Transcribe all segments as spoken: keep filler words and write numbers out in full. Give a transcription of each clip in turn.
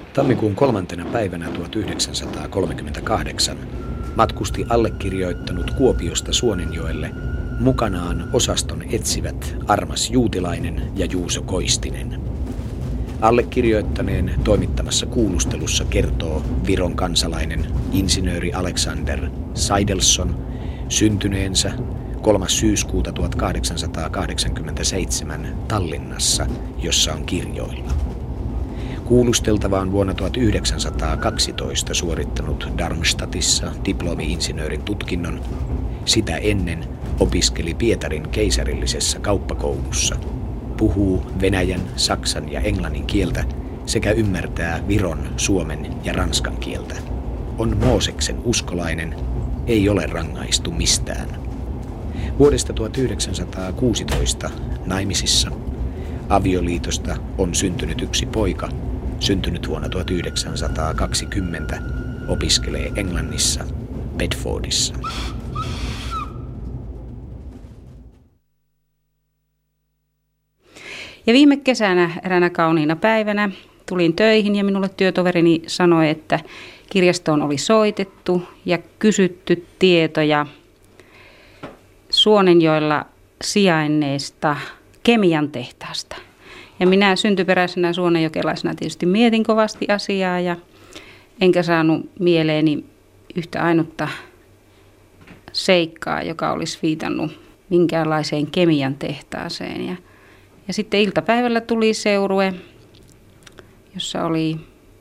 Tammikuun kolmantena päivänä tuhatyhdeksänsataakolmekymmentäkahdeksan matkusti allekirjoittanut Kuopiosta Suonenjoelle mukanaan osaston etsivät Armas Juutilainen ja Juuso Koistinen. Allekirjoittaneen toimittamassa kuulustelussa kertoo Viron kansalainen insinööri Alexander Saidelson syntyneensä kolmas syyskuuta tuhatkahdeksansataakahdeksankymmentäseitsemän Tallinnassa, jossa on kirjoilla. Kuulusteltava on vuonna tuhatyhdeksänsataakaksitoista suorittanut Darmstadtissa diplomi-insinöörin tutkinnon. Sitä ennen opiskeli Pietarin keisarillisessa kauppakoulussa. Puhuu venäjän, saksan ja englannin kieltä sekä ymmärtää viron, suomen ja ranskan kieltä. On Mooseksen uskolainen, ei ole rangaistu mistään. Vuodesta tuhatyhdeksänsataakuusitoista naimisissa. Avioliitosta on syntynyt yksi poika, syntynyt vuonna tuhatyhdeksänsataakaksikymmentä, opiskelee Englannissa, Bedfordissa. Ja viime kesänä eräänä kauniina päivänä tulin töihin ja minulle työtoverini sanoi, että kirjastoon oli soitettu ja kysytty tietoja Suonenjoella sijainneesta kemian tehtaasta. Ja minä syntyperäisenä suonenjokelaisena tietysti mietin kovasti asiaa ja enkä saanut mieleeni yhtä ainutta seikkaa, joka olisi viitannut minkäänlaiseen kemian tehtaaseen. Ja, ja sitten iltapäivällä tuli seurue, jossa oli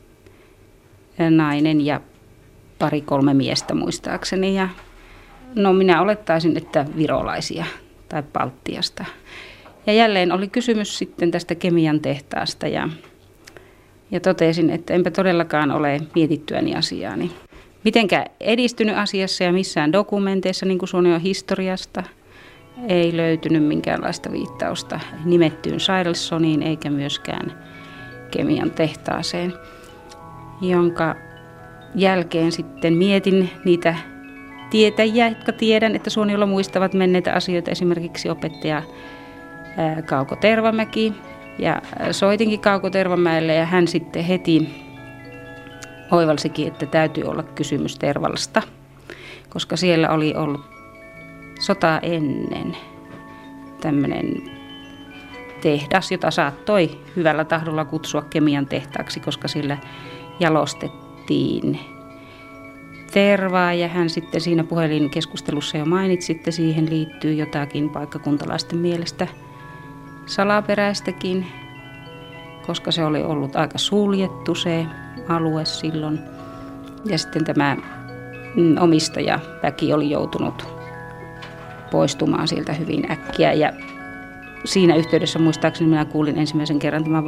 nainen ja pari kolme miestä muistaakseni. Ja no minä olettaisin, että virolaisia tai Baltiasta. Ja jälleen oli kysymys sitten tästä kemian tehtaasta ja, ja totesin, että enpä todellakaan ole mietittyäni asiaani. Mitenkä edistynyt asiassa ja missään dokumenteissa, niin kuin Suonenjoen historiasta, ei löytynyt minkäänlaista viittausta nimettyyn Saidelsoniin eikä myöskään kemian tehtaaseen, jonka jälkeen sitten mietin niitä tietäjiä, jotka tiedän, että Suonenjoella muistavat menneitä asioita, esimerkiksi opettaja Kauko Tervamäki. Ja soitinkin Kauko Tervamäelle ja hän sitten heti oivalsikin, että täytyy olla kysymys Tervalasta, koska siellä oli ollut sotaa ennen tämmöinen tehdas, jota saattoi hyvällä tahdolla kutsua kemian tehtaaksi, koska sillä jalostettiin tervaa ja hän sitten siinä puhelinkeskustelussa jo mainitsi, että siihen liittyy jotakin paikkakuntalaisten mielestä salaperäistäkin, koska se oli ollut aika suljettu se alue silloin. Ja sitten tämä omistajaväki oli joutunut poistumaan sieltä hyvin äkkiä. Ja siinä yhteydessä muistaakseni minä kuulin ensimmäisen kerran tämän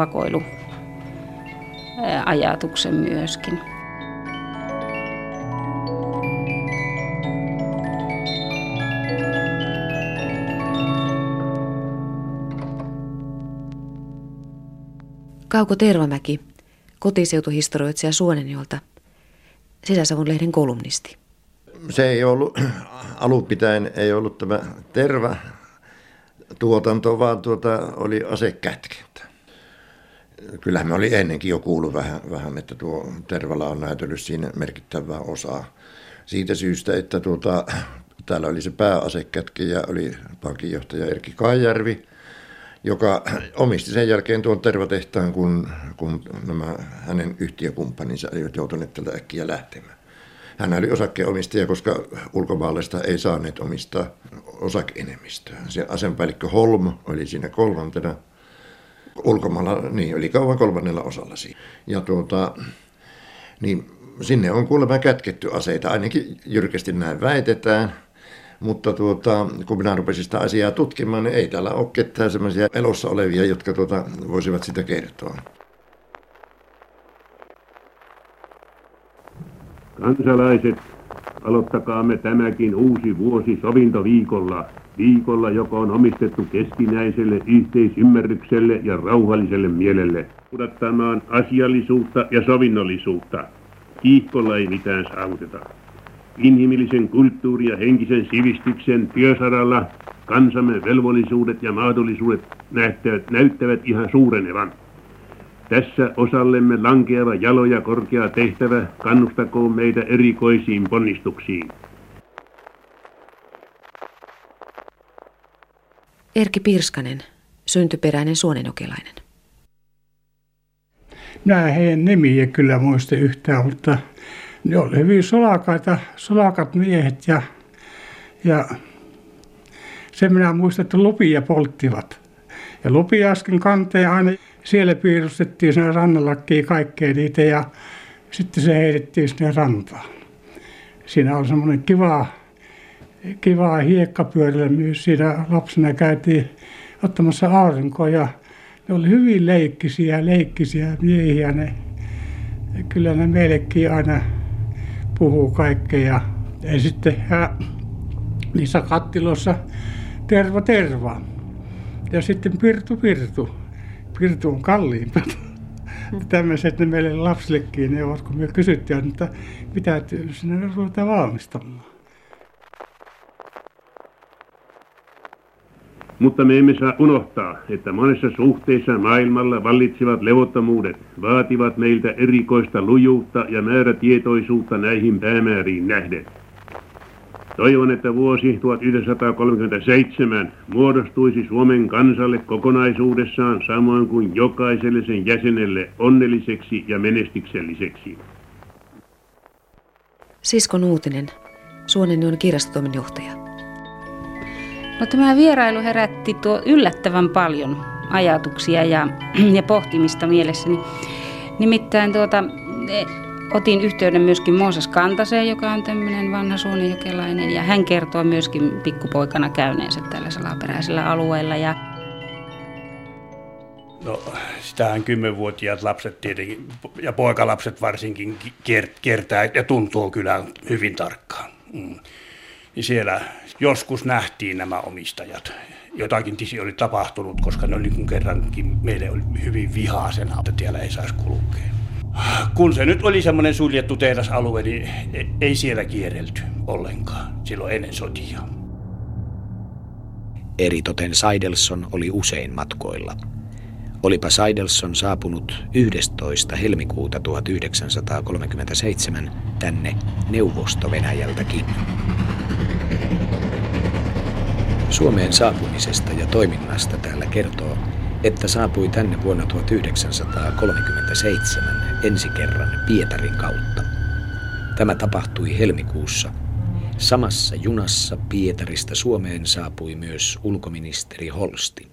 vakoiluajatuksen myöskin. Kauko Tervamäki, kotiseutuhistorioitsija Suonenjoelta, Sisä-Savon lehden kolumnisti. Se ei ollut, alun pitäen ei ollut tämä terva tuotanto, vaan tuota, oli asekätkentä. Kyllähän me oli ennenkin jo kuullut vähän, vähän että tuo Tervala on näytellyt siinä merkittävää osaa. Siitä syystä, että tuota, täällä oli se pääasekätkijä, oli pankinjohtaja Erkki Kaijärvi, joka omisti sen jälkeen tuon tervatehtaan, kun, kun nämä hänen yhtiökumppaninsa olivat joutuneet tältä äkkiä lähtemään. Hän oli osakkeenomistaja, koska ulkomaalaista ei saaneet omistaa osake-enemmistöä. Se asenpäällikkö Holm oli siinä kolmantena. Ulkomailla niin, oli kauan kolmannella osalla siinä. Ja tuota, niin sinne on kuulemma kätketty aseita, ainakin jyrkästi näin väitetään. Mutta tuota, kun minä rupesin sitä asiaa tutkimaan, niin ei täällä ole ketään sellaisia elossa olevia, jotka tuota, voisivat sitä kertoa. Kansalaiset, aloittakaamme tämäkin uusi vuosi sovintoviikolla. Viikolla, joka on omistettu keskinäiselle yhteisymmärrykselle ja rauhalliselle mielelle. Pudattamaan asiallisuutta ja sovinnollisuutta. Kiihkolla ei mitään saavuteta. Inhimillisen kulttuuri- ja henkisen sivistyksen työsaralla kansamme velvollisuudet ja mahdollisuudet näyttävät, näyttävät ihan suurenevan. Tässä osallemme lankeava jalo ja korkea tehtävä kannustakoon meitä erikoisiin ponnistuksiin. Erkki Pirskanen, syntyperäinen suonenjokelainen. Minä heidän nimiä kyllä muista yhtään, mutta ne oli hyvin solakaita, solakat miehet ja, ja sen minä muistan, että lupia polttivat. Ja lupia äsken kanteen aina, siellä piirustettiin sinne rannallakin kaikkea niitä ja sitten se heitettiin sinne rantaan. Siinä oli semmoinen kiva, kiva hiekkapyörällä myös. Siinä lapsena käytiin ottamassa aurinkoa ja ne oli hyvin leikkisiä, leikkisiä miehiä. Ne, kyllä ne meillekin aina puhuu kaikkea. Ja sitten ja niissä kattiloissa terva terva. Ja sitten pirtu pirtu. Pirtu on kalliimpi. Tämmöiset ne meille lapsillekin ne ovat, kun me kysyttiin, että mitä sinne ruvetaan valmistamaan. Mutta me emme saa unohtaa, että monessa suhteessa maailmalla vallitsevat levottomuudet vaativat meiltä erikoista lujuutta ja määrätietoisuutta näihin päämääriin nähden. Toivon, että vuosi tuhatyhdeksänsataakolmekymmentäseitsemän muodostuisi Suomen kansalle kokonaisuudessaan samoin kuin jokaiselle sen jäsenelle onnelliseksi ja menestykselliseksi. Siskon Uutinen, Suonenjoen kirjastotoimen johtaja. No, tämä vierailu herätti tuo yllättävän paljon ajatuksia ja, ja pohtimista mielessäni. Nimittäin tuota, otin yhteyden myöskin Mooses Kantaseen, joka on tämmöinen vanha suonenjokelainen, ja hän kertoo myöskin pikkupoikana käyneensä tällä salaperäisellä alueella. Ja no, sitähän kymmenvuotiaat lapset tietenkin, ja poikalapset varsinkin, kiertää ja tuntuu kyllä hyvin tarkkaan. Mm. Siellä joskus nähtiin nämä omistajat. Jotakin tisi oli tapahtunut, koska ne oli niin kerrankin meille oli hyvin vihaisena, että tiellä ei saisi kulkea. Kun se nyt oli semmoinen suljettu tehdasalue, niin ei siellä kierrelty ollenkaan silloin ennen sotia. Eritoten Saidelson oli usein matkoilla. Olipa Saidelson saapunut yhdestoista helmikuuta tuhatyhdeksänsataakolmekymmentäseitsemän tänne Neuvosto-Venäjältäkin. Suomeen saapumisesta ja toiminnasta täällä kertoo, että saapui tänne vuonna tuhatyhdeksänsataakolmekymmentäseitsemän ensi kerran Pietarin kautta. Tämä tapahtui helmikuussa. Samassa junassa Pietarista Suomeen saapui myös ulkoministeri Holsti.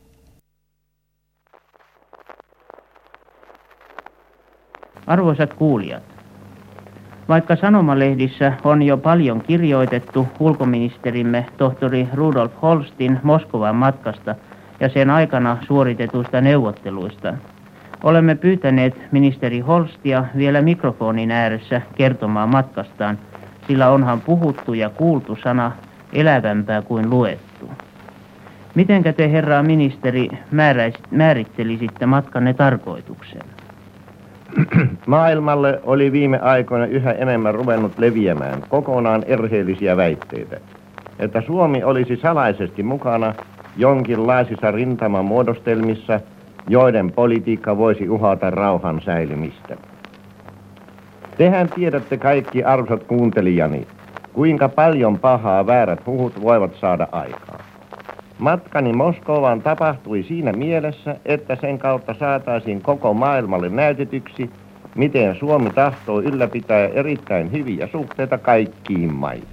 Arvoisat kuulijat, vaikka sanomalehdissä on jo paljon kirjoitettu ulkoministerimme tohtori Rudolf Holstin Moskovan matkasta ja sen aikana suoritetuista neuvotteluista, olemme pyytäneet ministeri Holstia vielä mikrofonin ääressä kertomaan matkastaan, sillä onhan puhuttu ja kuultu sana elävämpää kuin luettu. Mitenkä te, herra ministeri, määrittelisitte matkanne tarkoituksen? Maailmalle oli viime aikoina yhä enemmän ruvennut leviämään kokonaan erheellisiä väitteitä, että Suomi olisi salaisesti mukana jonkinlaisissa rintamamuodostelmissa, joiden politiikka voisi uhata rauhan säilymistä. Tehän tiedätte kaikki, arvoisat kuuntelijani, kuinka paljon pahaa väärät huhut voivat saada aikaan. Matkani Moskovaan tapahtui siinä mielessä, että sen kautta saataisiin koko maailmalle näytetyksi, miten Suomi tahtoo ylläpitää erittäin hyviä suhteita kaikkiin maihin.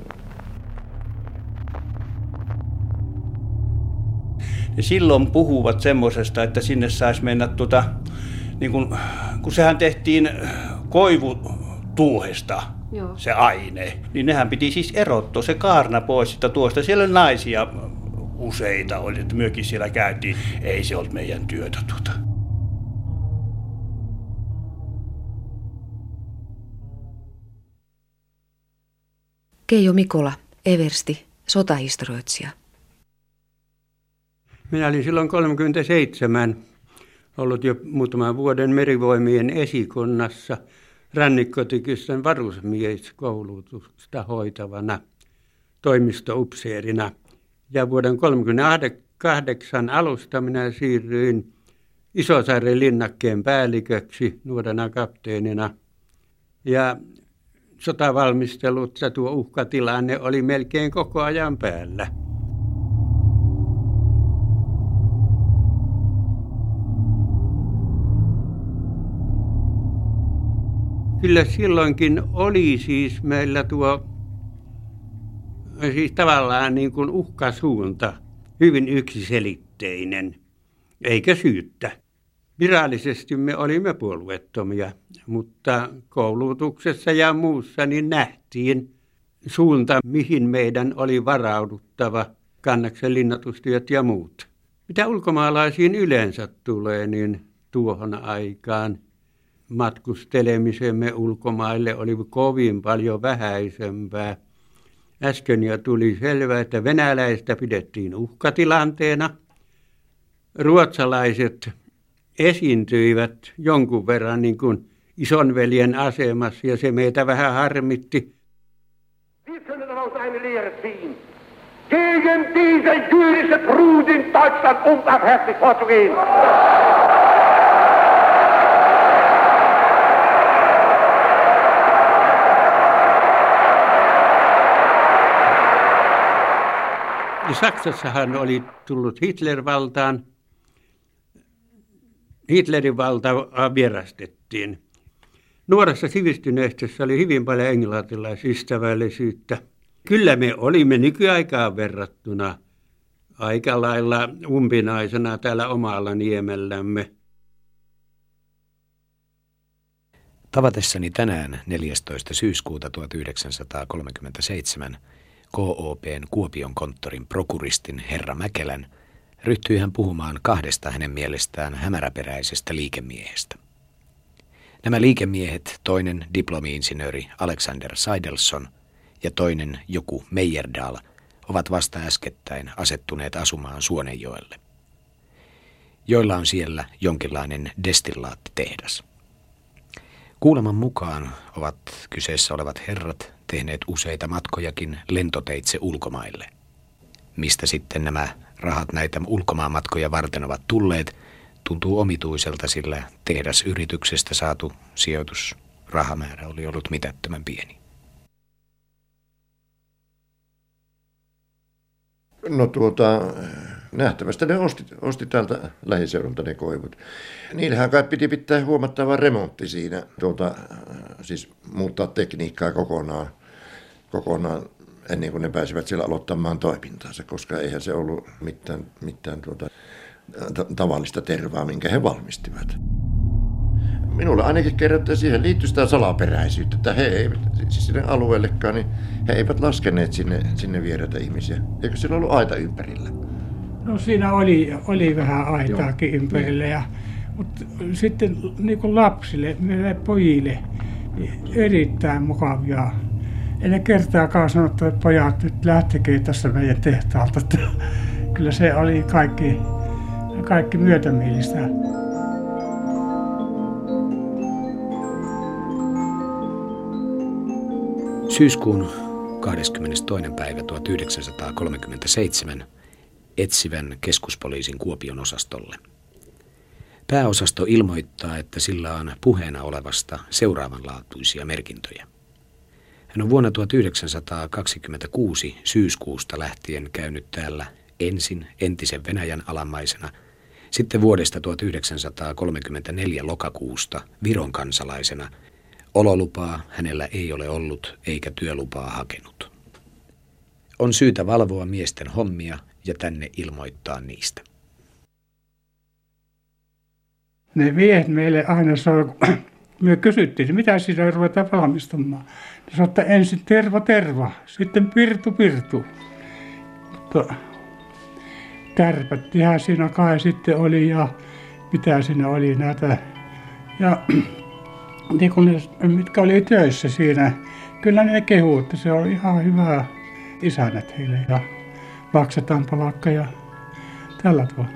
Ja silloin puhuvat semmoisesta, että sinne saisi mennä, tuota, niin kun, kun sehän tehtiin koivutuohesta, joo, se aine, niin nehän piti siis erottaa se kaarna pois sitä tuosta. Siellä oli naisia useita, oli, että myökin siellä käytiin. Ei se ollut meidän työtä tuota. Keijo Mikola, eversti, sotahistorioitsija. Minä olin silloin kolmekymmentäseitsemän ollut jo muutaman vuoden merivoimien esikonnassa Rannikkotikystön varusmieskoulutusta hoitavana toimistoupseerina. Ja vuoden kolmekymmentäkahdeksan alusta minä siirryin Isosaaren linnakkeen päälliköksi nuorena kapteenina. Ja sotavalmistelut ja tuo uhkatilanne oli melkein koko ajan päällä. Kyllä silloinkin oli siis meillä tuo siis tavallaan niin kuin uhkasuunta hyvin yksiselitteinen, eikä syyttä. Virallisesti me olimme puolueettomia, mutta koulutuksessa ja muussa niin nähtiin suunta, mihin meidän oli varauduttava, Kannaksen linnatustyöt ja muut. Mitä ulkomaalaisiin yleensä tulee, niin tuohon aikaan matkustelemisemme ulkomaille oli kovin paljon vähäisempää. Äsken jo tuli selvää, että venäläistä pidettiin uhkatilanteena. Ruotsalaiset esiintyivät jonkun verran niin kuin isonveljen asemassa ja se meitä vähän harmitti. Gegen diese jüdische Brut in Deutschland unbarmherzig vorzugehen. Saksassahan oli tullut Hitler valtaan. Hitlerin valta vierastettiin. Nuoressa sivistyneistössä oli hyvin paljon englantilaisystävällisyyttä. Kyllä me olimme nykyaikaan verrattuna aika lailla umpinaisena täällä omalla niemellämme. Tavatessani tänään neljästoista syyskuuta tuhatyhdeksänsataakolmekymmentäseitsemän K O P:n Kuopion konttorin prokuristin herra Mäkelän ryhtyi hän puhumaan kahdesta hänen mielestään hämäräperäisestä liikemiehestä. Nämä liikemiehet, toinen diplomi-insinööri Alexander Seidelson ja toinen joku Meijerdal, ovat vasta äskettäin asettuneet asumaan Suonenjoelle, joilla on siellä jonkinlainen destillaattitehdas. Kuuleman mukaan ovat kyseessä olevat herrat tehneet useita matkojakin lentoteitse ulkomaille. Mistä sitten nämä rahat näitä ulkomaanmatkoja varten ovat tulleet, tuntuu omituiselta, sillä tehdasyrityksestä saatu sijoitusrahamäärä oli ollut mitättömän pieni. No tuota, nähtävästi ne osti, osti täältä lähiseudulta ne koivut. Niillähän kai piti pitää huomattava remontti siinä, tuota, siis muuttaa tekniikkaa kokonaan, kokonaan ennen kuin ne pääsivät siellä aloittamaan toimintaansa, koska eihän se ollut mitään, mitään tuota, t- tavallista tervaa, minkä he valmistivat. Minulla ainakin kerrottiin, että siihen liittyy sitä salaperäisyyttä, että he eivät, siis sinne alueellekaan, niin he eivät laskeneet sinne, sinne vieraita ihmisiä. Eikö sillä ollut aita ympärillä? No siinä oli, oli vähän aitaakin Joo. ympärillä, ja, mutta sitten niin kuin lapsille, meille pojille, niin erittäin mukavia. En kertaakaan sanottu, että pojat nyt lähtekee tässä meidän tehtaalta. Kyllä se oli kaikki, kaikki myötämielistä. Syyskuun kahdeskymmenestoinen päivä tuhatyhdeksänsataakolmekymmentäseitsemän etsivän keskuspoliisin Kuopion osastolle. Pääosasto ilmoittaa, että sillä on puheena olevasta seuraavanlaatuisia merkintöjä. Hän on vuonna tuhatyhdeksänsataakaksikymmentäkuusi syyskuusta lähtien käynyt täällä ensin entisen Venäjän alamaisena, sitten vuodesta tuhatyhdeksänsataakolmekymmentäneljä lokakuusta Viron kansalaisena. Ololupaa hänellä ei ole ollut eikä työlupaa hakenut. On syytä valvoa miesten hommia ja tänne ilmoittaa niistä. Ne miehet meille aina sanoi, kun me kysyttiin, mitä siinä ruvetaan valmistamaan. Ne sanoi, että ensin terva terva, sitten pirtu pirtu. Mutta tärpättihän siinä kai sitten oli ja mitä siinä oli näitä. Ja niin kun ne, mitkä oli töissä siinä, kyllä ne kehuu, että se oli ihan hyvä isännät heille ja maksetaan palakka ja tällä tavalla.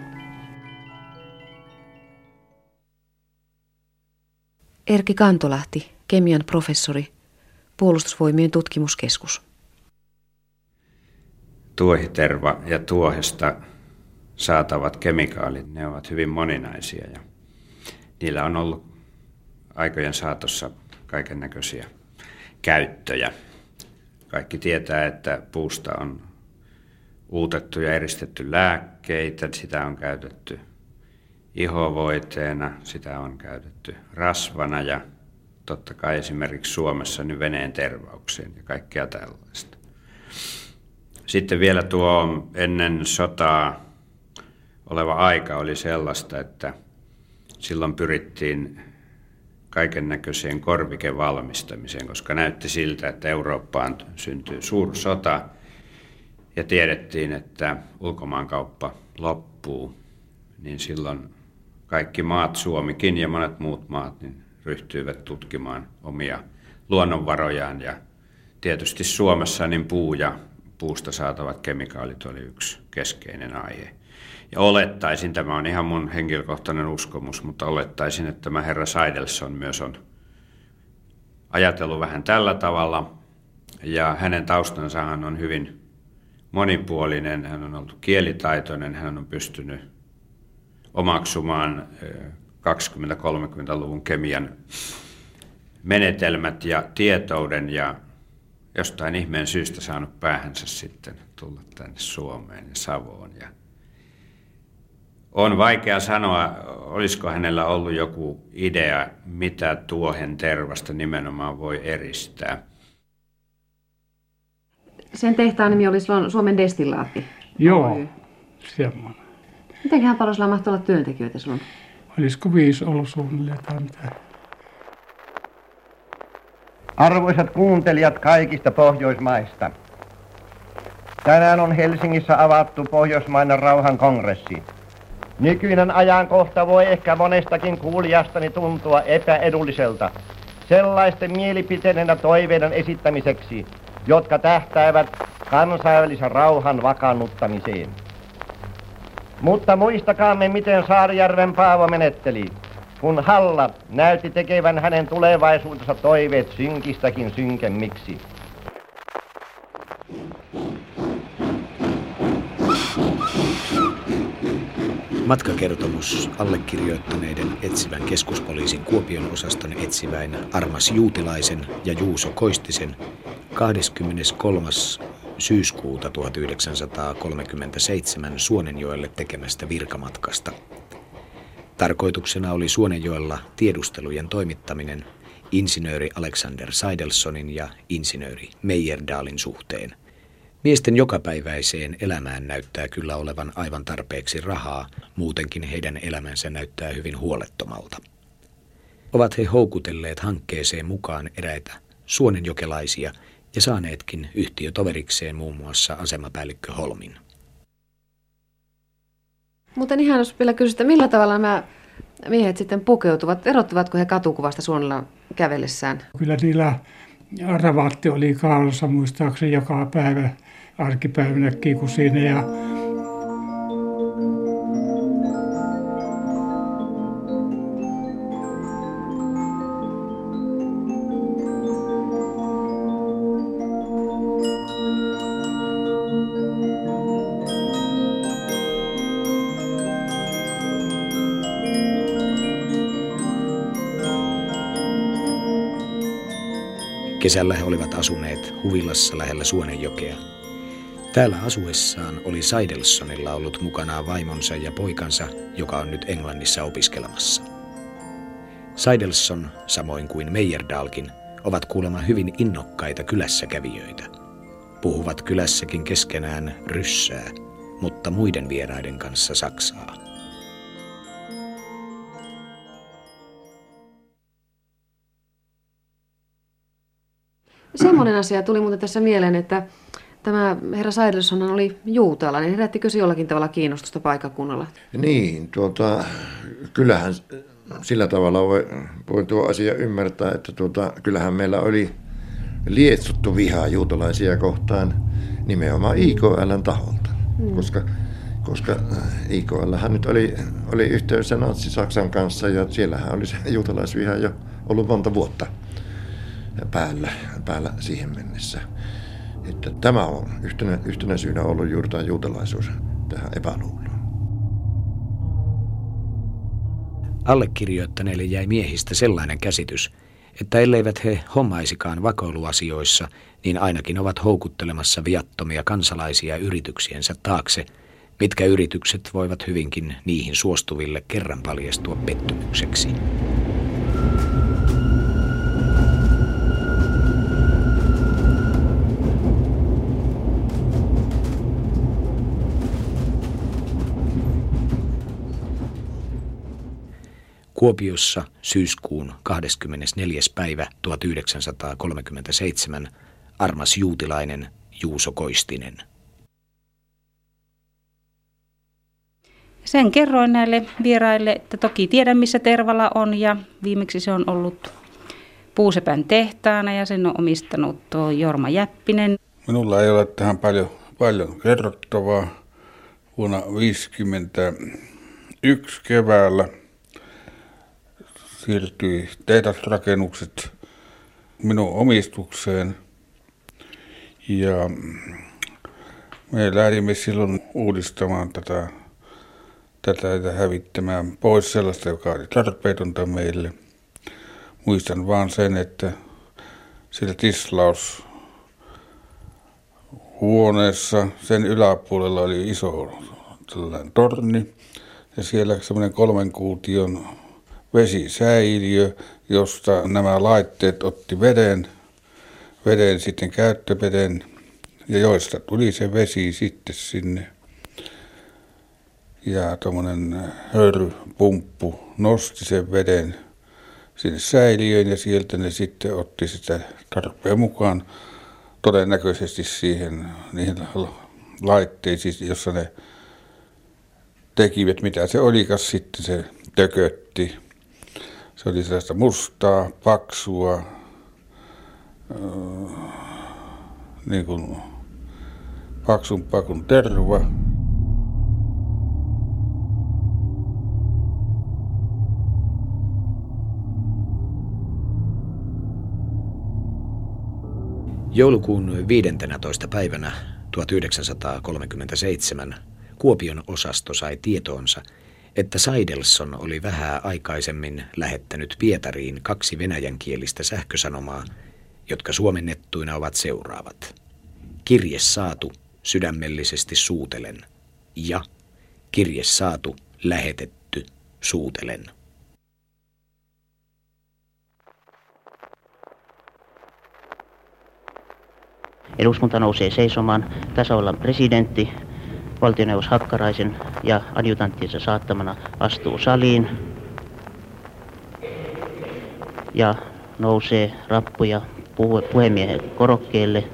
Erkki Kantolahti, kemian professori, Puolustusvoimien tutkimuskeskus. Tuohiterva ja tuohesta saatavat kemikaalit, ne ovat hyvin moninaisia ja niillä on ollut aikojen saatossa kaiken näköisiä käyttöjä. Kaikki tietää, että puusta on uutettu ja eristetty lääkkeitä, sitä on käytetty ihovoiteena, sitä on käytetty rasvana ja totta kai esimerkiksi Suomessa nyt veneen tervaukseen ja kaikkea tällaista. Sitten vielä tuo ennen sotaa oleva aika oli sellaista, että silloin pyrittiin kaiken näköiseen korvikevalmistamiseen, koska näytti siltä, että Eurooppaan syntyy suursota ja tiedettiin, että ulkomaankauppa loppuu, niin silloin kaikki maat, Suomikin ja monet muut maat, niin ryhtyivät tutkimaan omia luonnonvarojaan ja tietysti Suomessa niin puu ja puusta saatavat kemikaalit oli yksi keskeinen aihe. Ja olettaisin, tämä on ihan mun henkilökohtainen uskomus, mutta olettaisin, että tämä herra Seidelson myös on ajatellut vähän tällä tavalla. Ja hänen taustansahan on hyvin monipuolinen, hän on ollut kielitaitoinen, hän on pystynyt omaksumaan kaksikymmentä-kolmekymmentäluvun kemian menetelmät ja tietouden ja jostain ihmeen syystä saanut päähänsä sitten tulla tänne Suomeen ja Savoon. Ja on vaikea sanoa, olisiko hänellä ollut joku idea, mitä tuohen tervasta nimenomaan voi eristää. Sen tehtaan nimi oli silloin Suomen Destillaatti. Joo, semmoinen. Mitenköhän paljon sillä mahtoi olla työntekijöitä silloin? Olisiko viisi ollut suunnilleen tai mitä? Arvoisat kuuntelijat kaikista Pohjoismaista. Tänään on Helsingissä avattu Pohjoismainen rauhan kongressi. Nykyinen ajankohta voi ehkä monestakin kuulijastani tuntua epäedulliselta sellaisten mielipiteiden ja toiveiden esittämiseksi, jotka tähtäävät kansainvälisen rauhan vakaannuttamiseen. Mutta muistakaamme, miten Saarijärven Paavo menetteli, kun Halla näytti tekevän hänen tulevaisuutensa toiveet synkistäkin synkemmiksi. Matkakertomus allekirjoittaneiden etsivän keskuspoliisin Kuopion osaston etsiväin Armas Juutilaisen ja Juuso Koistisen kahdeskymmeneskolmas syyskuuta tuhatyhdeksänsataakolmekymmentäseitsemän Suonenjoelle tekemästä virkamatkasta. Tarkoituksena oli Suonenjoella tiedustelujen toimittaminen insinööri Alexander Seidelsonin ja insinööri Meijerdalin suhteen. Miesten jokapäiväiseen elämään näyttää kyllä olevan aivan tarpeeksi rahaa, muutenkin heidän elämänsä näyttää hyvin huolettomalta. Ovat he houkutelleet hankkeeseen mukaan eräitä suonenjokelaisia ja saaneetkin yhtiötoverikseen muun muassa asemapäällikkö Holmin. Mutta ihan jos vielä kysytä, millä tavalla nämä miehet sitten pukeutuvat, erottuvatko he katukuvasta Suonella kävellessään? Kyllä niillä ravatti oli kaulassa muistaakseni joka päivä arkipäivänäkin kuin siinä. Ja Kesällä he olivat asuneet Huvilassa lähellä Suonenjokea. Täällä asuessaan oli Seidelsonilla ollut mukanaan vaimonsa ja poikansa, joka on nyt Englannissa opiskelemassa. Seidelson, samoin kuin Meijerdalkin, ovat kuulemma hyvin innokkaita kylässä kävijöitä. Puhuvat kylässäkin keskenään ryssää, mutta muiden vieraiden kanssa saksaa. Semmoinen asia tuli muuten tässä mieleen, että tämä herra Seidelson oli juutalainen. Herättikö se jollakin tavalla kiinnostusta paikkakunnalla? Niin, tuota, kyllähän sillä tavalla voi, voi tuo asia ymmärtää, että tuota, kyllähän meillä oli lietsottu vihaa juutalaisia kohtaan nimenomaan I K L:n taholta. Hmm. Koska, koska I K L:hän nyt oli, oli yhteydessä Natsi-Saksan kanssa ja siellähän oli se juutalaisviha jo ollut monta vuotta päällä, päällä siihen mennessä. Että tämä on yhtenä, yhtenä syynä ollut juuri tämä juutalaisuus tähän epäluuloon. Allekirjoittaneille jäi miehistä sellainen käsitys, että elleivät he hommaisikaan vakoiluasioissa, niin ainakin ovat houkuttelemassa viattomia kansalaisia yrityksiensä taakse, mitkä yritykset voivat hyvinkin niihin suostuville kerran paljastua pettymykseksi. Kuopiossa syyskuun kahdeskymmenesneljäs päivä tuhatyhdeksänsataakolmekymmentäseitsemän armas juutilainen Juuso Koistinen. Sen kerroin näille vieraille, että toki tiedän missä Tervala on ja viimeksi se on ollut Puusepän tehtaana ja sen on omistanut tuo Jorma Jäppinen. Minulla ei ole tähän paljon, paljon kerrottavaa. Vuonna tuhatyhdeksänsataaviisikymmentäyksi keväällä siirtyi tehdasrakennukset minun omistukseen ja me lähdimme silloin uudistamaan tätä, tätä ja hävittämään pois sellaista, joka oli tarpeetonta meille. Muistan vaan sen, että sillä tislaushuoneessa sen yläpuolella oli iso tällainen torni ja siellä semmoinen kolmen kuution vesisäiliö, josta nämä laitteet otti veden, veden sitten käyttöveden ja joista tuli se vesi sitten sinne. Ja tuommoinen höyrypumppu nosti sen veden sinne säiliöön ja sieltä ne sitten otti sitä tarpeen mukaan todennäköisesti siihen niihin laitteisiin, jossa ne tekivät mitä se olikas sitten se tökötti. Se oli sellaista mustaa, paksua, äh, niin kuin paksumpaa kuin terva. Joulukuun viidentenätoista päivänä tuhatyhdeksänsataakolmekymmentäseitsemän Kuopion osasto sai tietoonsa, että Saidelson oli vähän aikaisemmin lähettänyt Pietariin kaksi venäjänkielistä sähkösanomaa, jotka suomennettuina ovat seuraavat. Kirje saatu, sydämellisesti suutelen. Ja kirje saatu, lähetetty, suutelen. Eduskunta nousee seisomaan. Tasavallan presidentti valtioneuvos Hakkaraisen ja adjutanttinsa saattamana astuu saliin ja nousee rappuja puhemiehen korokkeelle.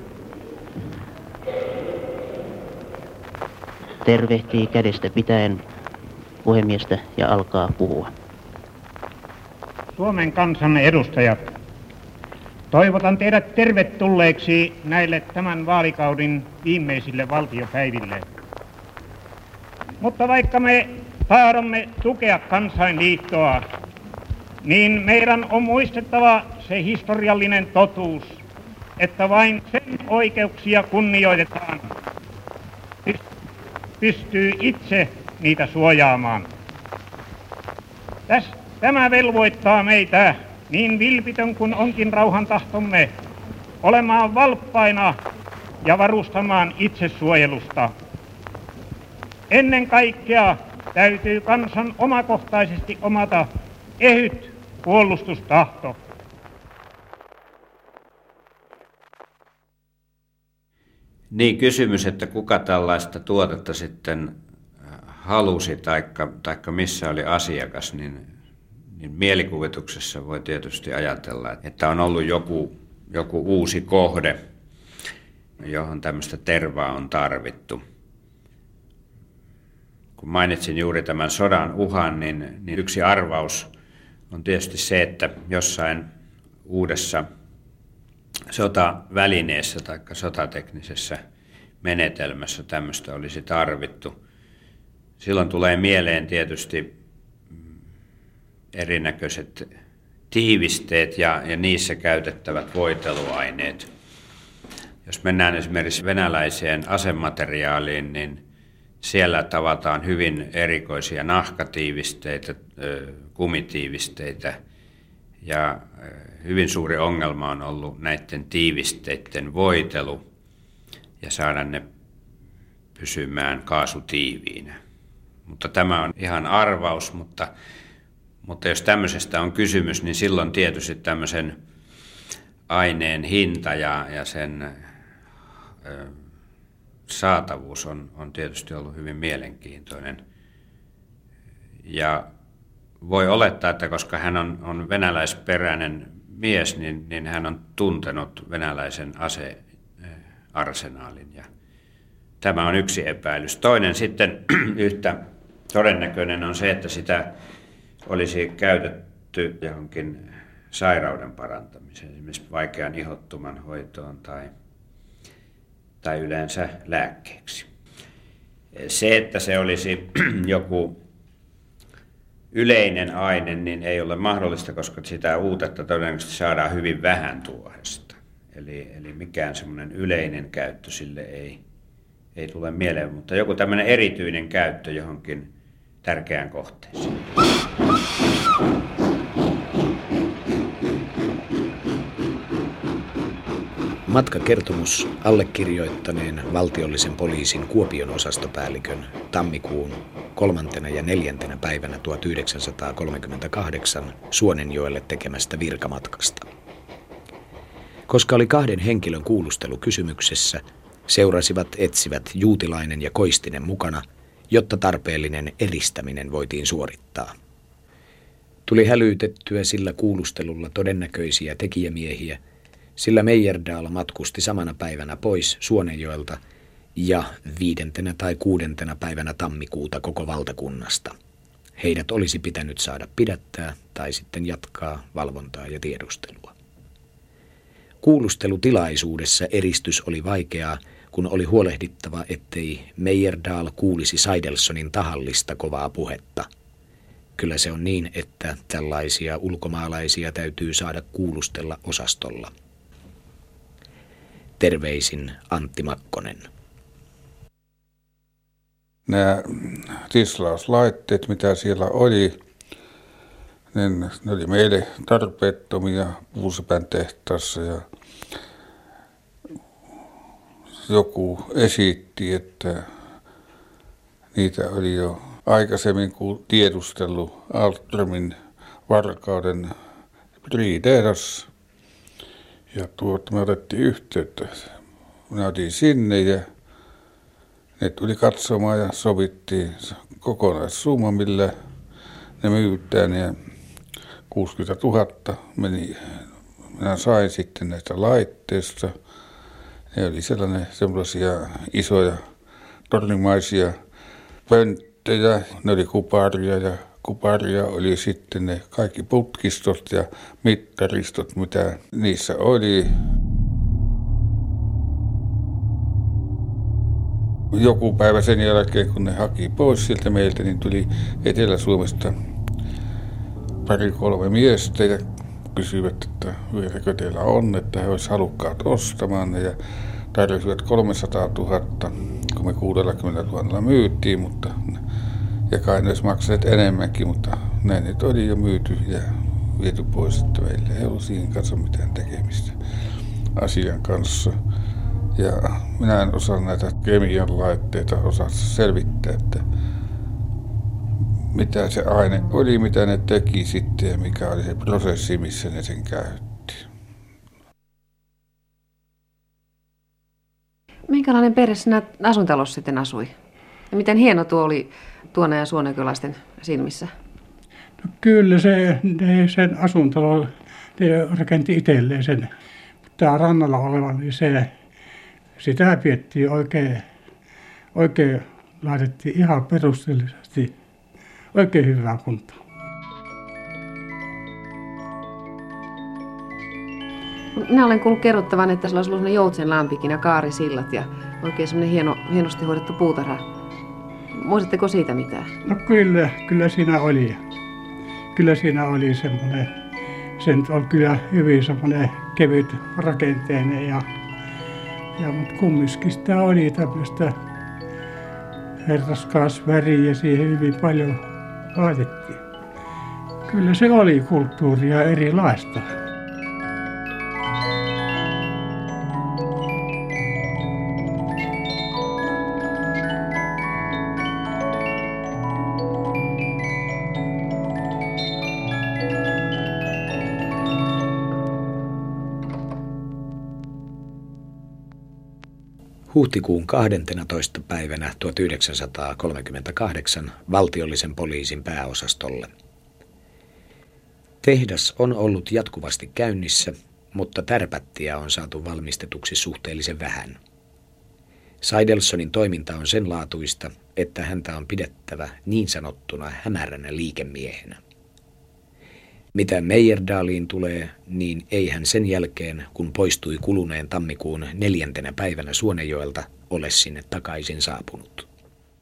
Tervehtii kädestä pitäen puhemiestä ja alkaa puhua. Suomen kansan edustajat, toivotan teidät tervetulleeksi näille tämän vaalikauden viimeisille valtiopäiville. Mutta vaikka me tahdomme tukea kansainliittoa, niin meidän on muistettava se historiallinen totuus, että vain sen oikeuksia kunnioitetaan, pystyy itse niitä suojaamaan. Täs, tämä velvoittaa meitä, niin vilpitön kuin onkin rauhan tahtomme, olemaan valppaina ja varustamaan itsesuojelusta. Ennen kaikkea täytyy kansan omakohtaisesti omata ehyt puolustustahto. Niin, kysymys, että kuka tällaista tuotetta sitten halusi taikka, taikka missä oli asiakas, niin, niin mielikuvituksessa voi tietysti ajatella, että on ollut joku, joku uusi kohde, johon tämmöistä tervaa on tarvittu. Kun mainitsin juuri tämän sodan uhan, niin, niin yksi arvaus on tietysti se, että jossain uudessa sotavälineessä tai sotateknisessä menetelmässä tämmöistä olisi tarvittu. Silloin tulee mieleen tietysti erinäköiset tiivisteet ja, ja niissä käytettävät voiteluaineet. Jos mennään esimerkiksi venäläiseen asemateriaaliin, niin siellä tavataan hyvin erikoisia nahkatiivisteitä, kumitiivisteitä. Ja hyvin suuri ongelma on ollut näiden tiivisteiden voitelu ja saada ne pysymään kaasutiiviinä. Mutta tämä on ihan arvaus, mutta, mutta jos tämmöisestä on kysymys, niin silloin tietysti tämmöisen aineen hinta ja, ja sen ö, saatavuus on, on tietysti ollut hyvin mielenkiintoinen. Ja voi olettaa, että koska hän on, on venäläisperäinen mies, niin, niin hän on tuntenut venäläisen asearsenaalin. Ja tämä on yksi epäilys. Toinen sitten yhtä todennäköinen on se, että sitä olisi käytetty johonkin sairauden parantamiseen, esimerkiksi vaikean ihottuman hoitoon tai, tai yleensä lääkkeeksi. Se, että se olisi joku yleinen aine, niin ei ole mahdollista, koska sitä uutetta todennäköisesti saadaan hyvin vähän tuohesta. Eli, eli mikään semmoinen yleinen käyttö sille ei, ei tule mieleen, mutta joku tämmöinen erityinen käyttö johonkin tärkeään kohteeseen. Matkakertomus allekirjoittaneen valtiollisen poliisin Kuopion osastopäällikön tammikuun kolmantena ja neljäntenä päivänä tuhatyhdeksänsataakolmekymmentäkahdeksan Suonenjoelle tekemästä virkamatkasta. Koska oli kahden henkilön kuulustelu kysymyksessä, seurasivat etsivät Juutilainen ja Koistinen mukana, jotta tarpeellinen eristäminen voitiin suorittaa. Tuli hälytettyä sillä kuulustelulla todennäköisiä tekijämiehiä, sillä Meijerdal matkusti samana päivänä pois Suonenjoelta ja viidentenä tai kuudentena päivänä tammikuuta koko valtakunnasta. Heidät olisi pitänyt saada pidättää tai sitten jatkaa valvontaa ja tiedustelua. Kuulustelutilaisuudessa eristys oli vaikeaa, kun oli huolehdittava, ettei Meijerdal kuulisi Saidelsonin tahallista kovaa puhetta. Kyllä se on niin, että tällaisia ulkomaalaisia täytyy saada kuulustella osastolla. Terveisin Antti Makkonen. Nämä tislauslaitteet, mitä siellä oli, niin ne oli meille tarpeettomia Puusepän tehtaassa ja joku esitti, että niitä oli jo aikaisemmin kuin tiedustellut Altrömin varkauden Brideras. Ja tuota, me otettiin yhteyttä. Minä otin sinne ja ne tuli katsomaan ja sovittiin kokonaissumma, millä ne myytään. Ja kuusikymmentätuhatta meni, minä sain sitten näistä laitteista. Ne oli sellainen, sellaisia isoja tornimaisia pönttejä. Ne oli kuparia ja kuparia oli sitten ne kaikki putkistot ja mittaristot, mitä niissä oli. Joku päivä sen jälkeen, kun ne haki pois sieltä meiltä, niin tuli Etelä-Suomesta pari kolme miestä ja kysyivät, että vieläkö teillä on, että he olisivat halukkaat ostamaan ne ja tarjosivat kolmesataatuhatta, kun me kuusikymmentätuhatta myytiin, mutta ja kai ne olisi maksaneet enemmänkin, mutta näin nyt oli jo myyty ja viety pois, että meillä ei ollut siihen kanssa mitään tekemistä asian kanssa. Ja minä en osaa näitä kemian laitteita osaa selvittää, että mitä se aine oli, mitä ne teki sitten ja mikä oli se prosessi, missä ne sen käytti. Minkälainen perhe siinä asuintalossa sitten asui? Ja miten hieno tuo oli tuona ja suonenkyläisten silmissä? No kyllä se, ne sen asuntalo ne rakenti itselleen sen. Tämä rannalla oleva, niin se, sitä piettiin oikein, oikein laitettiin ihan perusteellisesti oikein hyvää kuntoon. Minä olen kuullut kerrottavan, että sillä olisi ollut Joutsen lampikin ja kaarisillat ja oikein semmoinen hieno, hienosti hoidettu puutarha. Muistatteko siitä mitään? No kyllä, kyllä siinä oli. Kyllä siinä oli semmoinen, se nyt on kyllä hyvin semmoinen kevyt rakenteinen ja, ja mutta kumminkin sitä oli tämmöistä herraskaasväriä siihen hyvin paljon laitettiin. Kyllä se oli kulttuuria erilaista. Huhtikuun kahdenteentoista päivänä tuhatyhdeksänsataakolmekymmentäkahdeksan valtiollisen poliisin pääosastolle. Tehdas on ollut jatkuvasti käynnissä, mutta tärpättiä on saatu valmistetuksi suhteellisen vähän. Seidelsonin toiminta on sen laatuista, että häntä on pidettävä niin sanottuna hämäränä liikemiehenä. Mitä Meijerdaliin tulee, niin ei hän sen jälkeen, kun poistui kuluneen tammikuun neljäntenä päivänä Suonenjoelta, ole sinne takaisin saapunut.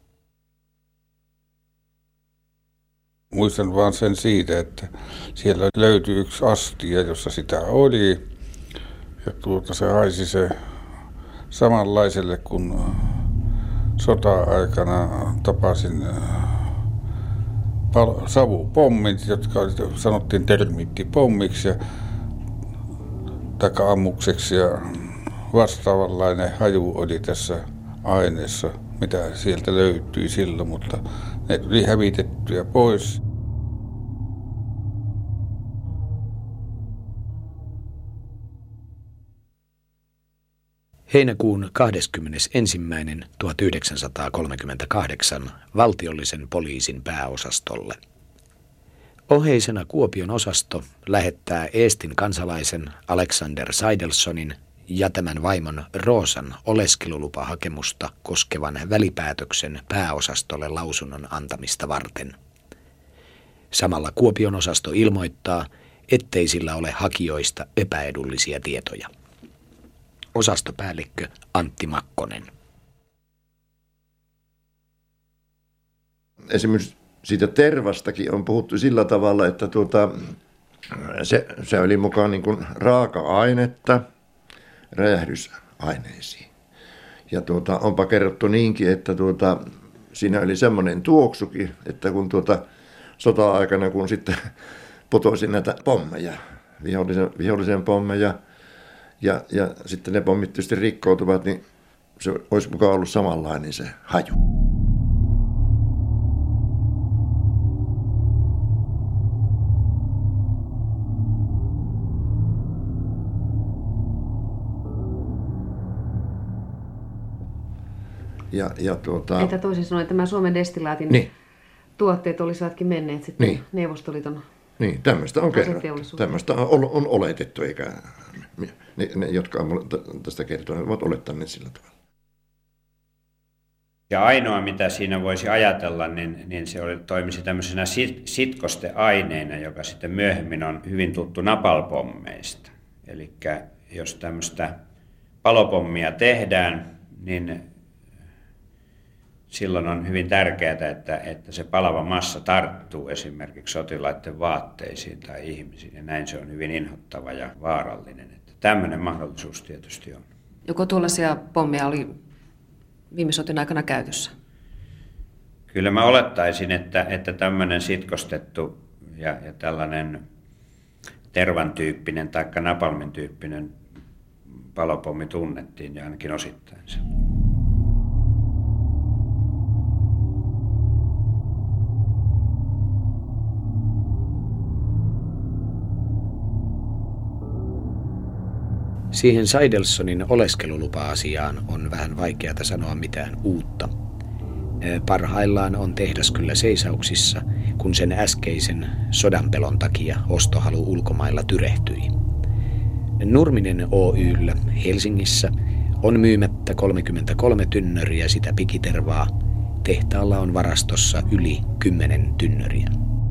Muistan vaan sen siitä, että siellä löytyi yksi astia, jossa sitä oli. Ja tuota se haisi se samanlaiselle kuin sota-aikana tapasin savupommit, jotka sanottiin termiittipommiksi ja taka-ammukseksi ja vastaavanlainen haju oli tässä aineessa, mitä sieltä löytyi silloin, mutta ne tuli hävitettyä pois. Heinäkuun kahdeskymmenesensimmäinen tuhatyhdeksänsataakolmekymmentäkahdeksan valtiollisen poliisin pääosastolle. Oheisena Kuopion osasto lähettää Eestin kansalaisen Alexander Seidelsonin ja tämän vaimon Roosan oleskelulupahakemusta koskevan välipäätöksen pääosastolle lausunnon antamista varten. Samalla Kuopion osasto ilmoittaa, ettei sillä ole hakijoista epäedullisia tietoja. Osastopäällikkö Antti Makkonen. Esimerkiksi siitä tervastakin on puhuttu sillä tavalla, että tuota, se, se oli mukaan niin kuin raaka-ainetta räjähdysaineisiin. Ja tuota, onpa kerrottu niinkin, että tuota, siinä oli semmoinen tuoksukin, että kun tuota, sota-aikana kun sitten putosi näitä pommeja, vihollisen, vihollisen pommeja, Ja, ja sitten ne pommit tietysti rikkoutuvat, niin se olisi mukaan ollut samanlainen se haju. Ja, ja tuota... Että toisin sanoen tämä Suomen destilaatin niin. tuotteet olisivatkin menneet sitten niin. Neuvostoliiton. Niin, tämmöistä on kerrottu. Tämmöistä on, on oletettu, eikä ne, ne jotka on tästä kertoneet, ovat olettaneet sillä tavalla. Ja ainoa, mitä siinä voisi ajatella, niin, niin se oli, toimisi tämmöisenä sit, sitkosteaineena, joka sitten myöhemmin on hyvin tuttu napalpommeista. Eli jos tämmöistä palopommia tehdään, niin silloin on hyvin tärkeää, että, että se palava massa tarttuu esimerkiksi sotilaiden vaatteisiin tai ihmisiin. Ja näin se on hyvin inhottava ja vaarallinen. Että tämmöinen mahdollisuus tietysti on. Joko tuollaisia pommeja oli viime sotien aikana käytössä? Kyllä mä olettaisin, että, että tämmöinen sitkostettu ja, ja tällainen tervan tyyppinen tai napalmin tyyppinen palopommi tunnettiin ja ainakin osittain se. Siihen Seidelsonin oleskelulupa-asiaan on vähän vaikeata sanoa mitään uutta. Parhaillaan on tehdas kyllä seisauksissa, kun sen äskeisen sodanpelon takia ostohalu ulkomailla tyrehtyi. Nurminen Oy:llä Helsingissä on myymättä kolmekymmentäkolme tynnöriä sitä pikitervaa. Tehtaalla on varastossa yli kymmenen tynnöriä.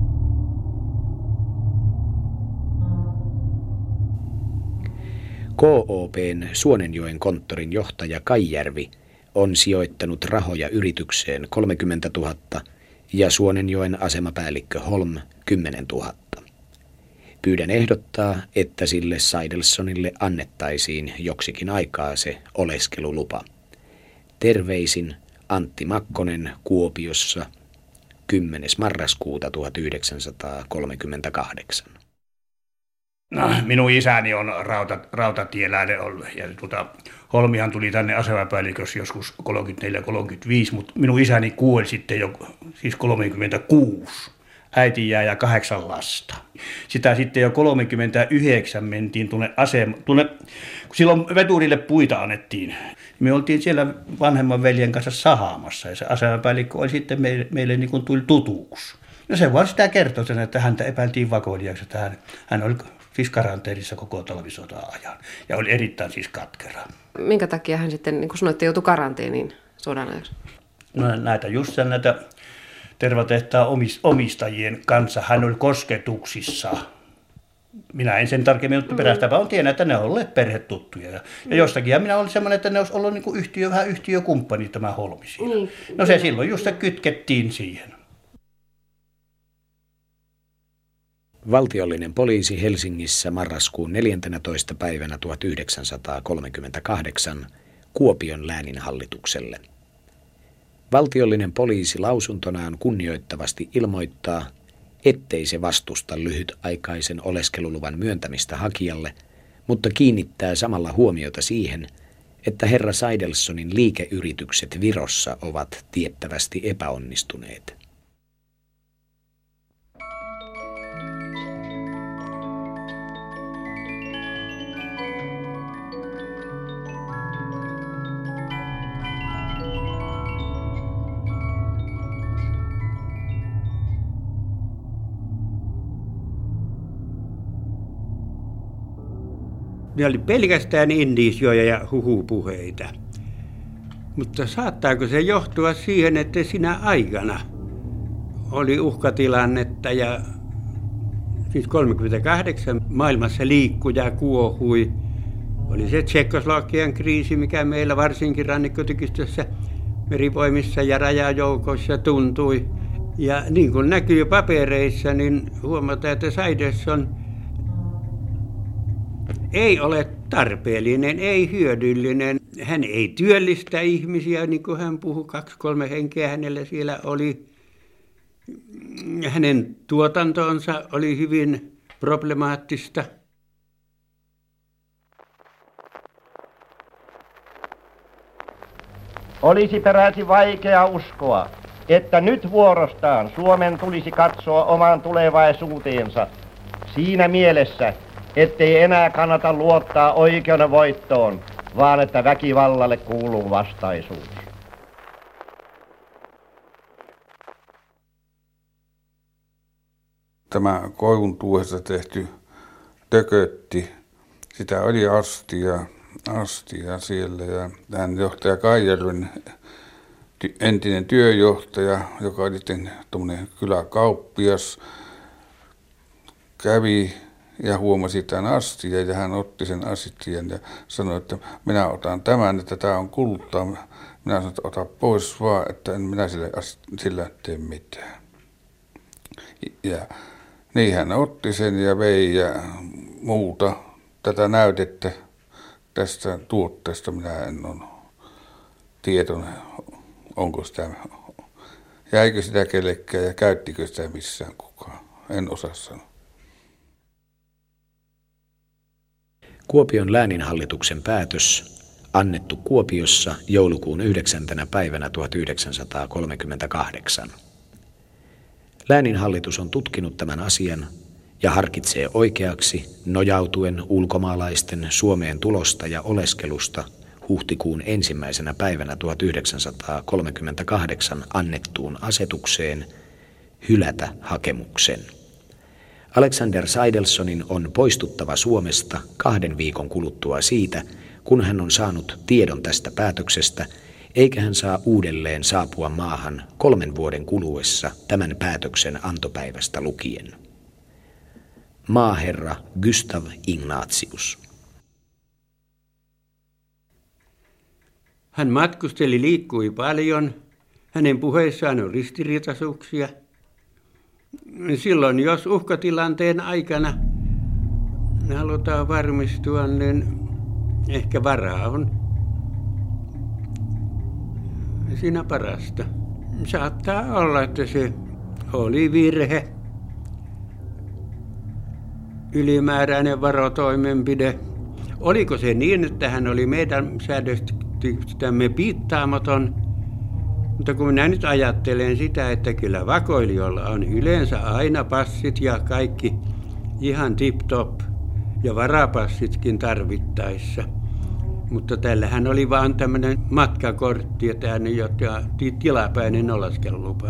K O P:n Suonenjoen konttorin johtaja Kai Järvi on sijoittanut rahoja yritykseen kolmekymmentätuhatta ja Suonenjoen asemapäällikkö Holm kymmenentuhatta. Pyydän ehdottaa, että sille Seidelsonille annettaisiin joksikin aikaa se oleskelulupa. Terveisin Antti Makkonen Kuopiossa kymmenes marraskuuta tuhatyhdeksänsataakolmekymmentäkahdeksan. No, minun isäni on rauta, rautatieläinen ollut ja tuota, Holmihan tuli tänne asemapäällikössä joskus kolmekymmentäneljä kolmekymmentäviisi, mutta minun isäni kuoli sitten jo siis kolmekymmentäkuusi. Äiti jäi ja kahdeksan lasta. Sitä sitten jo kolmekymmentäyhdeksän mentiin tuonne asema, tuonne, kun silloin veturille puita annettiin. Me oltiin siellä vanhemman veljen kanssa sahaamassa ja se asemapäällikkö oli sitten meille, meille niin kuin tuli tutuksi. No se vaan sitä kertoi sen, että häntä epäiltiin vakoilijaksi, että hän, hän oli siis karanteenissa koko talvisodan ajan ja oli erittäin siis katkera. Minkä takia hän sitten, niin kuin sanoitte, joutui karanteeniin sodan ajaksi? No näitä just sen näitä tervatehtaan omistajien kanssa hän oli kosketuksissa. Minä en sen tarkemmin ollut perästä, vaan tiedän, että ne ovat olleet perhetuttuja. Ja, ja jostakin minä olin semmoinen, että ne olisi ollut niin kuin yhtiö, vähän yhtiökumppani tämä Holmi siinä. Niin. No se silloin just se kytkettiin siihen. Valtiollinen poliisi Helsingissä marraskuun neljäntenätoista päivänä tuhatyhdeksänsataakolmekymmentäkahdeksan Kuopion lääninhallitukselle. Valtiollinen poliisi lausuntonaan kunnioittavasti ilmoittaa, ettei se vastusta lyhytaikaisen oleskeluluvan myöntämistä hakijalle, mutta kiinnittää samalla huomiota siihen, että herra Saidelsonin liikeyritykset Virossa ovat tiettävästi epäonnistuneet. Ne oli pelkästään indiisjoja ja huhupuheita. Mutta saattaako se johtua siihen, että sinä aikana oli uhkatilannetta ja siis kolmekymmentäkahdeksan maailmassa liikkuja kuohui. Oli se Tšekkoslovakian kriisi, mikä meillä varsinkin rannikkotykistössä, merivoimissa ja rajajoukoissa tuntui. Ja niin kuin näkyy papereissa, niin huomataan, että Saidelson ei ole tarpeellinen, ei hyödyllinen. Hän ei työllistä ihmisiä, niin kuin hän puhui, kaksi kolme henkeä hänellä siellä oli. Hänen tuotantonsa oli hyvin problemaattista. Olisi peräti vaikea uskoa, että nyt vuorostaan Suomen tulisi katsoa omaan tulevaisuuteensa siinä mielessä, ettei enää kannata luottaa oikeuden voittoon, vaan että väkivallalle kuuluu vastaisuus. Tämä koivun tuohesta tehty tökötti, sitä oli astia, astia siellä ja tämän johtaja Kaijärven entinen työjohtaja, joka oli tuommoinen kyläkauppias, kävi ja huomasi tämän astian ja hän otti sen astian ja sanoi, että minä otan tämän, että tämä on kultaa. Minä sanoin, että ota pois vaan, että en minä sille, sillä tee mitään. Ja niin hän otti sen ja vei ja muuta tätä näytettä tästä tuotteesta. Minä en ole tietoinen, onko sitä, jäikö sitä kellekään ja käyttikö sitä missään kukaan. En osaa sanoa. Kuopion lääninhallituksen päätös, annettu Kuopiossa joulukuun yhdeksäntenä päivänä tuhatyhdeksänsataakolmekymmentäkahdeksan. Lääninhallitus on tutkinut tämän asian ja harkitsee oikeaksi nojautuen ulkomaalaisten Suomeen tulosta ja oleskelusta huhtikuun ensimmäisenä päivänä tuhatyhdeksänsataakolmekymmentäkahdeksan annettuun asetukseen hylätä hakemuksen. Alexander Saidelsonin on poistuttava Suomesta kahden viikon kuluttua siitä, kun hän on saanut tiedon tästä päätöksestä, eikä hän saa uudelleen saapua maahan kolmen vuoden kuluessa tämän päätöksen antopäivästä lukien. Maaherra Gustav Ignatius. Hän matkusteli, liikkui paljon. Hänen puheissaan on ristiriitaisuuksia. Silloin, jos uhkatilanteen aikana halutaan varmistua, niin ehkä varaa on siinä parasta. Saattaa olla, että se oli virhe. Ylimääräinen varotoimenpide. Oliko se niin, että hän oli meidän säädöstämme piittaamaton? Mutta kun minä nyt ajattelen sitä, että kyllä vakoilijoilla on yleensä aina passit ja kaikki ihan tip-top ja varapassitkin tarvittaessa. Mutta tällähän oli vaan tämmöinen matkakortti ja tilapäinen oleskelulupa.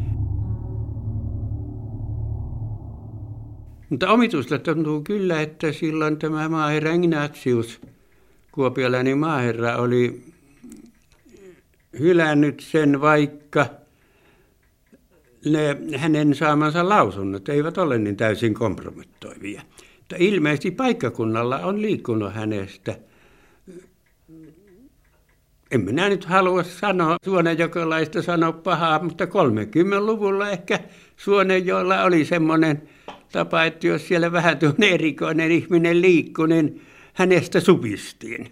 Mutta omituista tuntuu kyllä, että silloin tämä maaherra Ignatius, kuopiolainen maaherra, oli hylännyt sen, vaikka ne hänen saamansa lausunnot eivät ole niin täysin kompromettoivia. Mutta ilmeisesti paikkakunnalla on liikkunut hänestä. En minä nyt halua sanoa suonenjokelaista sanoa pahaa, mutta kolmekymmentäluvulla ehkä Suonenjoella oli semmoinen tapa, että jos siellä vähän tuonne erikoinen ihminen liikkui, niin hänestä supistiin.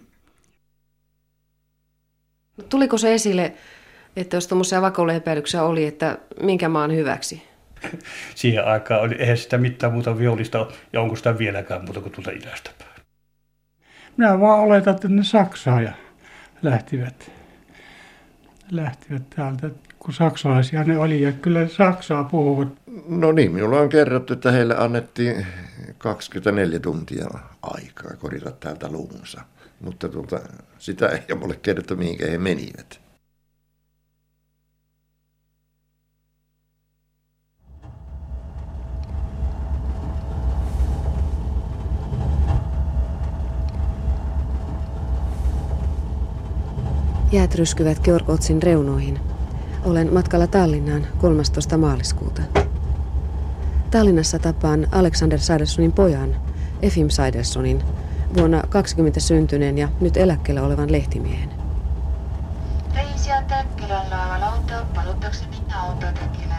Tuliko se esille, että jos tuommoisia vakoiluepäilyksiä oli, että minkä maan hyväksi? Siihen aikaan oli, eihän sitä mitään muuta vihollista, ja onko sitä vieläkään muuta kuin tuolta idästä päin. Minä vaan oletan, että ne Saksaa ja lähtivät, lähtivät täältä, kun saksalaisia ne oli, ja kyllä Saksaa puhuvat. No niin, minulla on kerrottu, että heille annettiin kaksikymmentäneljä tuntia aikaa korjata täältä luunsa. Mutta tuota, sitä ei ole mulle kerrottu, mihinkä he menivät. Jäät ryskyvät Georg-Otsin reunoihin. Olen matkalla Tallinnaan kolmastoista maaliskuuta. Tallinnassa tapaan Alexander Seidelsonin pojan, Efim Seidelsonin, vuonna kaksikymmentä syntyneen ja nyt eläkkeellä olevan lehtimiehen. Reisijat Täkkilän laavalla on tappanuttaksi minä autotekilän.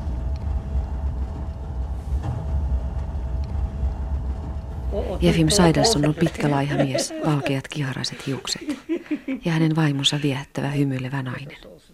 Efim Seidelson on pitkä laiha mies, valkeat kiharaiset hiukset ja hänen vaimonsa viehättävä hymyilevä nainen.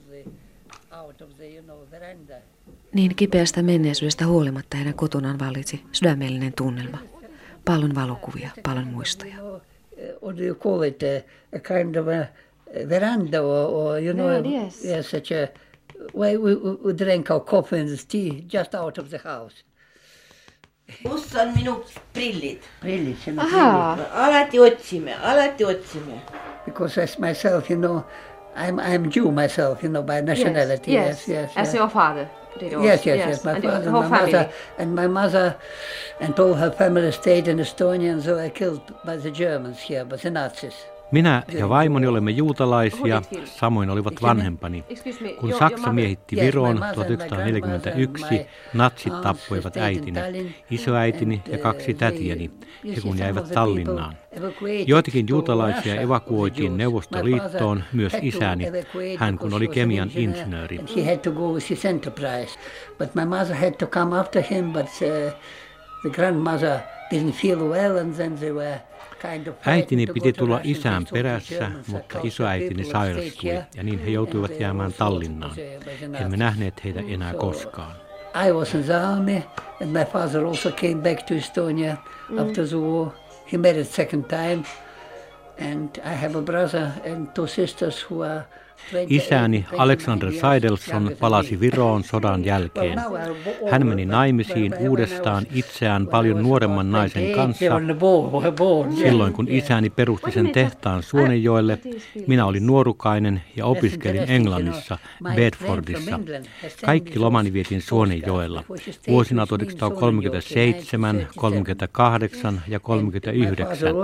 Niin kipeästä menneisyydestä huolimatta heidän kotonaan vallitsi sydämellinen tunnelma. Paljon valokuvia, paljon muistoja. What do you call it? A, a kind of a veranda or, or you know, yeah, yes. yeah, such a way we, we drank our coffee and tea just out of the house. Musta on minun brillit. Brillit, sen Aha. brillit. Alati otsimme, alati otsimme. Because as myself, you know, I'm I'm Jew myself, you know, by nationality. Yes, yes, yes. As yes. your father did also. Yes, yes, yes. My and father, your my family. mother, and my mother, and all her family stayed in Estonia, and so I killed by the Germans here, by the Nazis. Minä ja vaimoni olemme juutalaisia, samoin olivat vanhempani. Kun Saksa miehitti Viron tuhatyhdeksänsataaneljäkymmentäyksi, natsit tappoivat äitini, isoäitini ja kaksi tätiäni, he kun jäivät Tallinnaan. Joitakin juutalaisia evakuoitiin Neuvostoliittoon, myös isäni, hän kun oli kemian insinööri. He had to go with his enterprise, but my mother had to come after him, but uh, the grandmother didn't feel well, and then they were... Äitini piti tulla isän perässä, mutta isoäitini sairastui ja niin he joutuivat jäämään Tallinnaan. Emme nähneet heitä enää koskaan. I was in the army and my father also came back to Estonia after the war. He married second time and I have a brother and two sisters who are Isäni Alexander Seidelson palasi Viroon sodan jälkeen. Hän meni naimisiin uudestaan itseään paljon nuoremman naisen kanssa. Silloin kun isäni perusti sen tehtaan Suonenjoelle, minä olin nuorukainen ja opiskelin Englannissa, Bedfordissa. Kaikki lomani vietin Suonenjoella vuosina tuhatyhdeksänsataakolmekymmentäseitsemän, kolmekymmentäkahdeksan ja kolmekymmentäyhdeksän.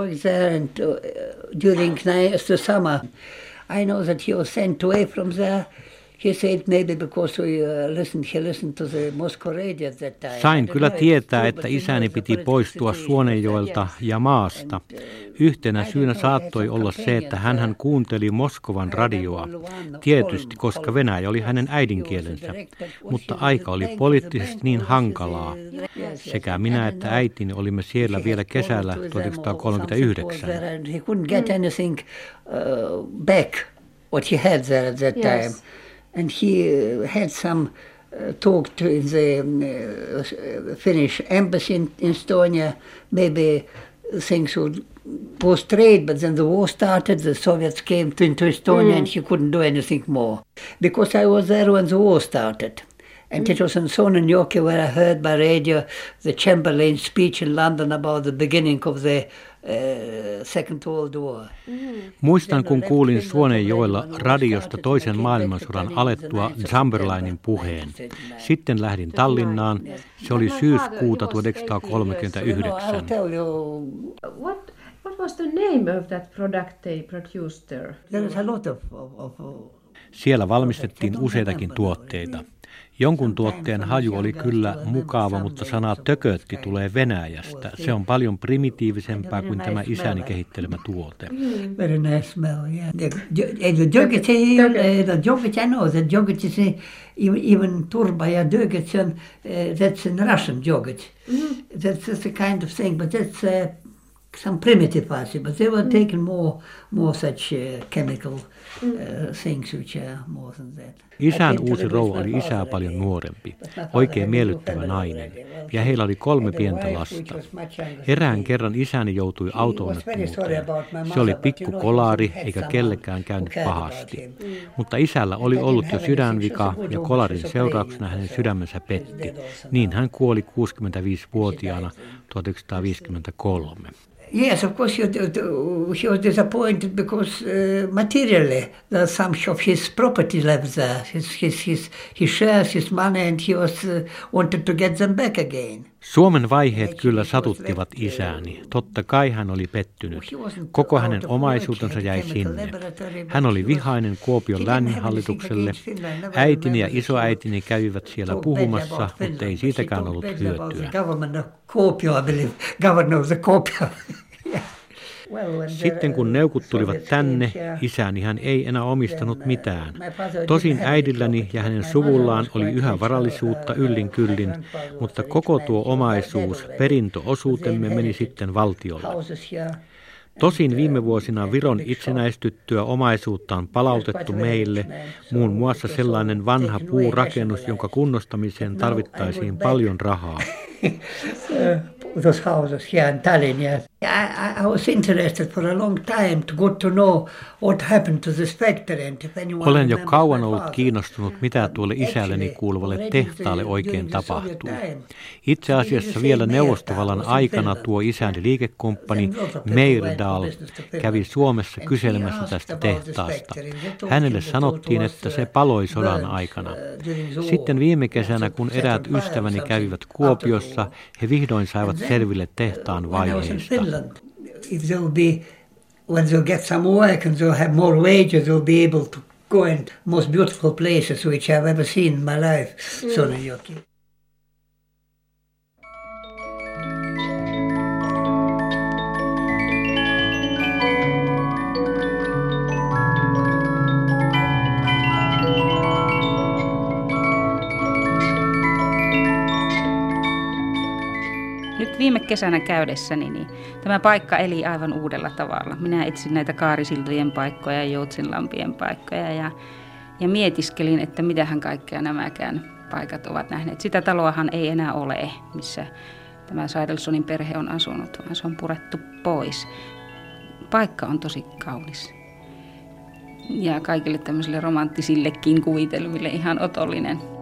I know that he was sent away from there. He said maybe because we uh, listened, he listened to the Moscow radio at that time. Sain kyllä tietää, että isäni piti poistua Suonenjoelta ja maasta. Yhtenä syynä saattoi olla se, että hänhän kuunteli Moskovan radioa. Tietysti, koska venäjä oli hänen äidinkielensä. Mutta aika oli poliittisesti niin hankalaa. Sekä minä että äitini olimme siellä vielä kesällä tuhatyhdeksänsataakolmekymmentäyhdeksän. He couldn't get anything uh, back what he had there at that time. And he had some uh, talked to in the uh, Finnish embassy in, in Estonia, maybe things would go straight, but then the war started, the Soviets came to, into Estonia mm. and she couldn't do anything more. Because I was there when the war started. And mm. it was in Sonnenjoki where I heard by radio the Chamberlain's speech in London about the beginning of the uh, Second World War. Mm. Muistan, kun kuulin Suonenjoella radiosta toisen maailmansodan alettua Chamberlainin puheen. Sitten lähdin Tallinnaan. Se oli syyskuuta tuhatyhdeksänsataakolmekymmentäyhdeksän. What, what was the name of that product they produced there? There was a lot of, of, of Siellä valmistettiin useitakin tuotteita. Jonkun tuotteen haju oli kyllä mukava, mutta sana tökötti tulee Venäjästä. Se on paljon primitiivisempää kuin tämä isäni kehittelemä tuote. Very nice smell, yeah. The joghurt, the joghurt, I know, the joghurt is even turba ja joghurt, that's in Russian yogurt. That's the kind of thing, but that's uh, some primitive parts, but they were taking more, more such uh, chemical uh, things which are more than that. Isän uusi rouva oli isää paljon nuorempi, oikein miellyttävä nainen, ja heillä oli kolme pientä lasta. Erään kerran isäni joutui auto-onnettomuuteen. Se oli pikku kolari, eikä kellekään käynyt pahasti. Mutta isällä oli ollut jo sydänvika, ja kolarin seurauksena hänen sydämensä petti. Niin hän kuoli kuusikymmentäviisivuotiaana tuhatyhdeksänsataaviisikymmentäkolme. Yes, of course, he was disappointed because uh, materially the some of his property left there, his, his, his, his shares, his money, and he was uh, wanted to get them back again. Suomen vaiheet kyllä satuttivat isääni. Totta kai hän oli pettynyt. Koko hänen omaisuutensa jäi sinne. Hän oli vihainen Kuopion lääninhallitukselle. Äitini ja isoäitini kävivät siellä puhumassa, mutta ei siitäkään ollut hyötyä. Sitten kun neukut tulivat tänne, isäni hän ei enää omistanut mitään. Tosin äidilläni ja hänen suvullaan oli yhä varallisuutta yllin kyllin, mutta koko tuo omaisuus, perintöosuutemme meni sitten valtiolle. Tosin viime vuosina Viron itsenäistyttyä omaisuutta on palautettu meille, muun muassa sellainen vanha puurakennus, jonka kunnostamiseen tarvittaisiin paljon rahaa. Those houses here in Tallinn, yes. I, I was interested for a long time to get to know what happened to this factory. And if anyone Olen jo kauan ollut kiinnostunut, mitä tuolle isälleni kuuluvalle tehtaalle oikein tapahtui. Itse asiassa vielä neuvostovallan aikana tuo isäni liikekumppani Meirdal kävi Suomessa kyselemässä tästä tehtaasta. Hänelle sanottiin, että se paloi sodan aikana. Sitten viime kesänä, kun eräät ystäväni kävivät Kuopiossa, he vihdoin saivat selville tehtaan vaiheista. If they'll be, when they'll get some work and they'll have more wages, they'll be able to go in most beautiful places which I've ever seen in my life. Mm. Sonnenjoki. Nyt viime kesänä käydessäni, niin tämä paikka eli aivan uudella tavalla. Minä etsin näitä kaarisiltojen paikkoja ja joutsenlampien paikkoja ja, ja mietiskelin, että mitähän kaikkea nämäkään paikat ovat nähneet. Sitä taloahan ei enää ole, missä tämä Saidelsonin perhe on asunut, vaan se on purettu pois. Paikka on tosi kaunis ja kaikille tämmöisille romanttisillekin kuvitelmille ihan otollinen.